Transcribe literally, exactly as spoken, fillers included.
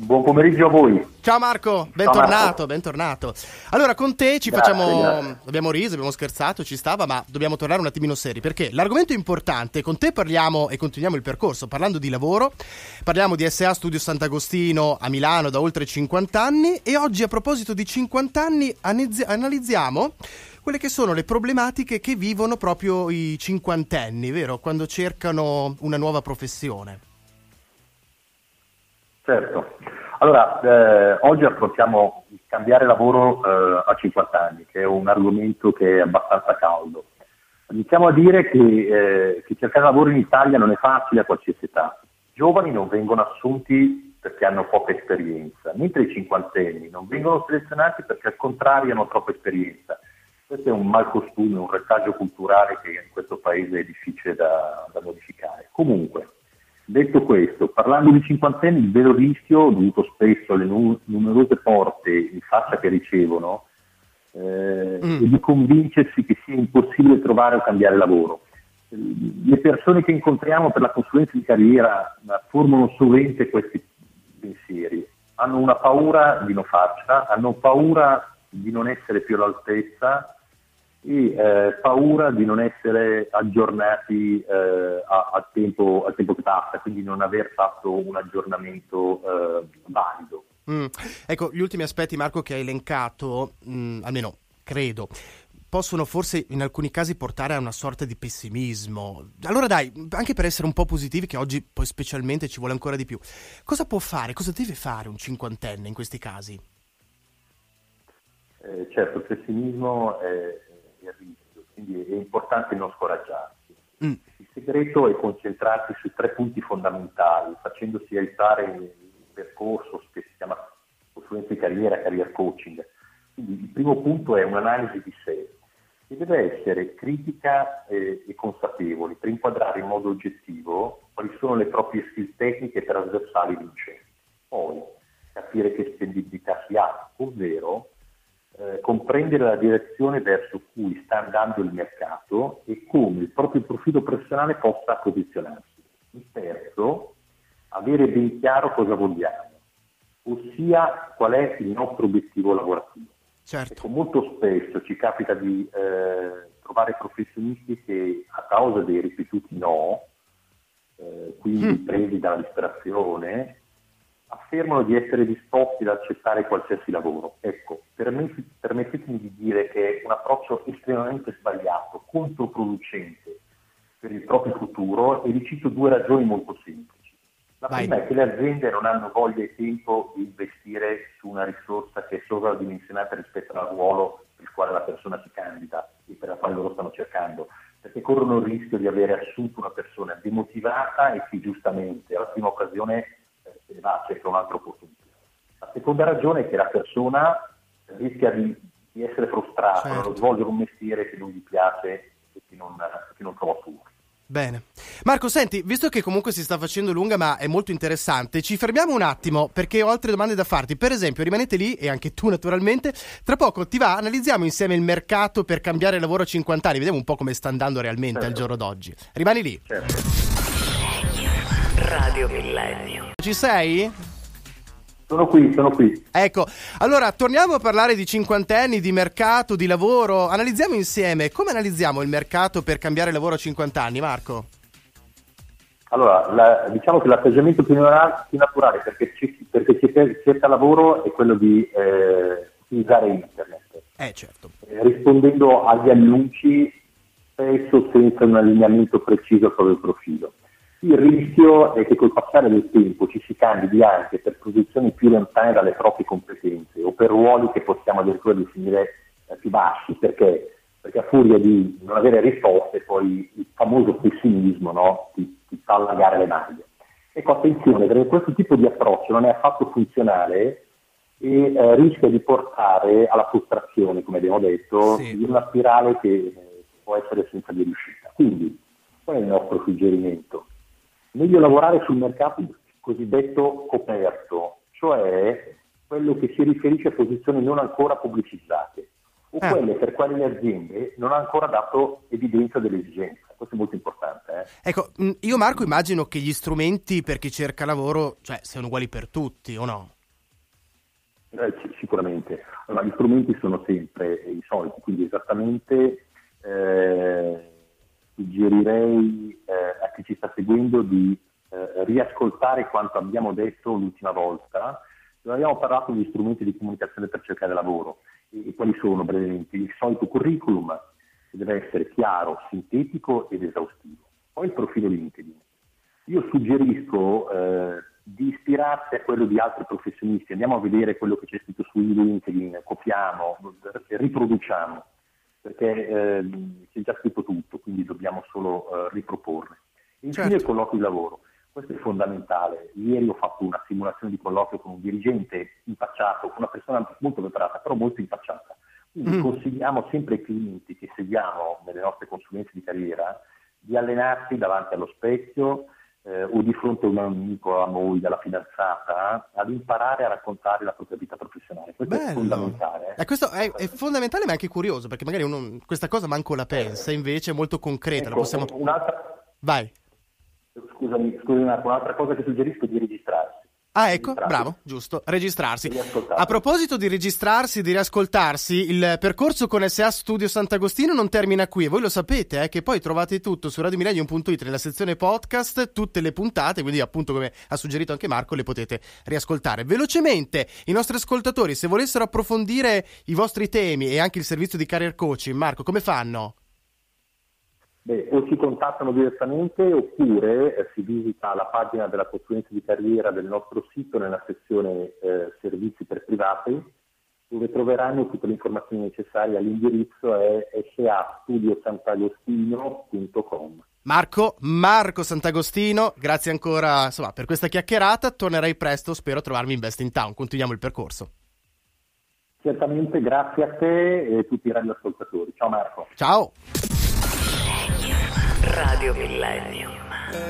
Buon pomeriggio a voi. Ciao Marco, bentornato, bentornato. Allora con te ci Grazie, facciamo, grazie. abbiamo riso, abbiamo scherzato, ci stava, ma dobbiamo tornare un attimino seri perché l'argomento è importante. Con te parliamo e continuiamo il percorso parlando di lavoro, parliamo di S A Studio Sant'Agostino a Milano da oltre cinquanta anni e oggi a proposito di cinquanta anni anizia- analizziamo quelle che sono le problematiche che vivono proprio i cinquantenni, vero? Quando cercano una nuova professione. Certo. Allora, eh, oggi affrontiamo il cambiare lavoro eh, a cinquanta anni, che è un argomento che è abbastanza caldo. Iniziamo a dire che, eh, che cercare lavoro in Italia non è facile a qualsiasi età. I giovani non vengono assunti perché hanno poca esperienza, mentre i cinquantenni non vengono selezionati perché al contrario hanno troppa esperienza. Questo è un malcostume, un retaggio culturale che in questo paese è difficile da, da modificare. Comunque, detto questo, parlando di cinquantenni, il vero rischio, dovuto spesso alle nu- numerose porte in faccia che ricevono, eh, Mm. è di convincersi che sia impossibile trovare o cambiare lavoro. Le persone che incontriamo per la consulenza di carriera formano sovente questi pensieri. Hanno una paura di non farcela, hanno paura di non essere più all'altezza e eh, paura di non essere aggiornati eh, a, a tempo, a tempo che passa, quindi non aver fatto un aggiornamento eh, valido. Mm. Ecco, gli ultimi aspetti, Marco, che hai elencato, mh, almeno credo, possono forse in alcuni casi portare a una sorta di pessimismo. Allora dai, anche per essere un po' positivi, che oggi poi specialmente ci vuole ancora di più, cosa può fare, cosa deve fare un cinquantenne in questi casi? Eh, certo, il pessimismo è, è il rischio, quindi è importante non scoraggiarsi. Mm. Il segreto è concentrarsi su tre punti fondamentali, facendosi aiutare il percorso che si chiama consulenza di carriera, career coaching. Quindi il primo punto è un'analisi di sé, che deve essere critica eh, e consapevole per inquadrare in modo oggettivo quali sono le proprie skill tecniche e trasversali vincenti. Poi capire che spendibilità si ha, ovvero Eh, comprendere la direzione verso cui sta andando il mercato e come il proprio profilo professionale possa posizionarsi. Il terzo, avere ben chiaro cosa vogliamo, ossia qual è il nostro obiettivo lavorativo. Certo. Ecco, molto spesso ci capita di eh, trovare professionisti che a causa dei ripetuti no, eh, quindi Mm. presi dalla disperazione, affermano di essere disposti ad accettare qualsiasi lavoro. Ecco, permetti, permettetemi di dire che è un approccio estremamente sbagliato, controproducente per il proprio futuro e vi cito due ragioni molto semplici. La Vai. prima è che le aziende non hanno voglia e tempo di investire su una risorsa che è sovradimensionata rispetto al ruolo per il quale la persona si candida e per la quale loro stanno cercando, perché corrono il rischio di avere assunto una persona demotivata e che giustamente alla prima occasione se ne va a cercare un'altra opportunità. La seconda ragione è che la persona rischia di, di essere frustrata Certo. nello svolgere un mestiere che non gli piace e che non, che non trova suo. Bene. Marco, senti, visto che comunque si sta facendo lunga ma è molto interessante, ci fermiamo un attimo perché ho altre domande da farti. Per esempio, rimanete lì e anche tu naturalmente, tra poco ti va, analizziamo insieme il mercato per cambiare lavoro a cinquanta anni, vediamo un po' come sta andando realmente Certo. al giorno d'oggi. Rimani lì. Certo. Radio Millennio. Ci sei? Sono qui, sono qui. Ecco, allora torniamo a parlare di cinquantenni, di mercato, di lavoro. Analizziamo insieme, come analizziamo il mercato per cambiare lavoro a cinquanta anni, Marco? Allora, la, diciamo che l'atteggiamento più naturale, più naturale perché, ci, perché ci cerca lavoro è quello di eh, utilizzare internet, Eh, certo. eh, rispondendo agli annunci spesso senza un allineamento preciso al proprio profilo. Il rischio è che col passare del tempo ci si candidi anche per posizioni più lontane dalle proprie competenze o per ruoli che possiamo addirittura definire eh, più bassi, perché? Perché a furia di non avere risposte poi il famoso pessimismo, no, ti, ti fa allagare le maglie. Ecco, attenzione, perché questo tipo di approccio non è affatto funzionale e eh, rischia di portare alla frustrazione, come abbiamo detto, Sì. di una spirale che eh, può essere senza di riuscita. Quindi, qual è il nostro suggerimento? Meglio lavorare sul mercato cosiddetto coperto, cioè quello che si riferisce a posizioni non ancora pubblicizzate o Ah. quelle per quali le aziende non hanno ancora dato evidenza dell'esigenza. questo è molto importante. Eh. Ecco, io Marco immagino che gli strumenti per chi cerca lavoro, cioè, siano uguali per tutti, o no? Eh, sicuramente. Allora, gli strumenti sono sempre i soliti, quindi esattamente eh, suggerirei eh, a chi ci sta seguendo di eh, riascoltare quanto abbiamo detto l'ultima volta. Noi abbiamo parlato degli strumenti di comunicazione per cercare lavoro. E, e quali sono brevemente? Il solito curriculum, che deve essere chiaro, sintetico ed esaustivo. Poi il profilo LinkedIn. Io suggerisco eh, di ispirarsi a quello di altri professionisti, andiamo a vedere quello che c'è scritto su LinkedIn, copiamo, riproduciamo, perché eh, c'è già scritto tutto, quindi dobbiamo solo eh, riproporre. Infine certo. Il colloquio di lavoro, questo è fondamentale. Ieri ho fatto una simulazione di colloquio con un dirigente impacciato, con una persona molto preparata, però molto impacciata. Quindi mm. consigliamo sempre ai clienti che seguiamo nelle nostre consulenze di carriera di allenarsi davanti allo specchio, Eh, o di fronte a un amico, a moglie, alla fidanzata, ad imparare a raccontare la propria vita professionale. Questo Bello. È fondamentale. Eh. Eh, questo è, è fondamentale, ma anche curioso, perché magari uno questa cosa manco la pensa, invece è molto concreta. Ecco, la possiamo... un'altra... Vai. Scusami, scusami, un'altra cosa che suggerisco è di registrarsi. Ah, ecco, bravo, giusto, registrarsi. A proposito di registrarsi, di riascoltarsi, il percorso con S A Studio Sant'Agostino non termina qui. Voi lo sapete, eh, che poi trovate tutto su radio millennium punto it nella sezione podcast, tutte le puntate, quindi appunto come ha suggerito anche Marco, le potete riascoltare. Velocemente, i nostri ascoltatori, se volessero approfondire i vostri temi e anche il servizio di career coaching, Marco, come fanno? Beh, o ci contattano direttamente oppure eh, si visita la pagina della consulenza di carriera del nostro sito nella sezione eh, servizi per privati, dove troveranno tutte le informazioni necessarie. L'indirizzo è s a studio sant'agostino punto com. Marco, Marco Sant'Agostino, grazie ancora insomma, per questa chiacchierata. Tornerai presto, spero, a trovarmi in Best in Town. Continuiamo il percorso. Certamente, grazie a te e a tutti i radioascoltatori. Ciao Marco. Ciao. Radio Millennium.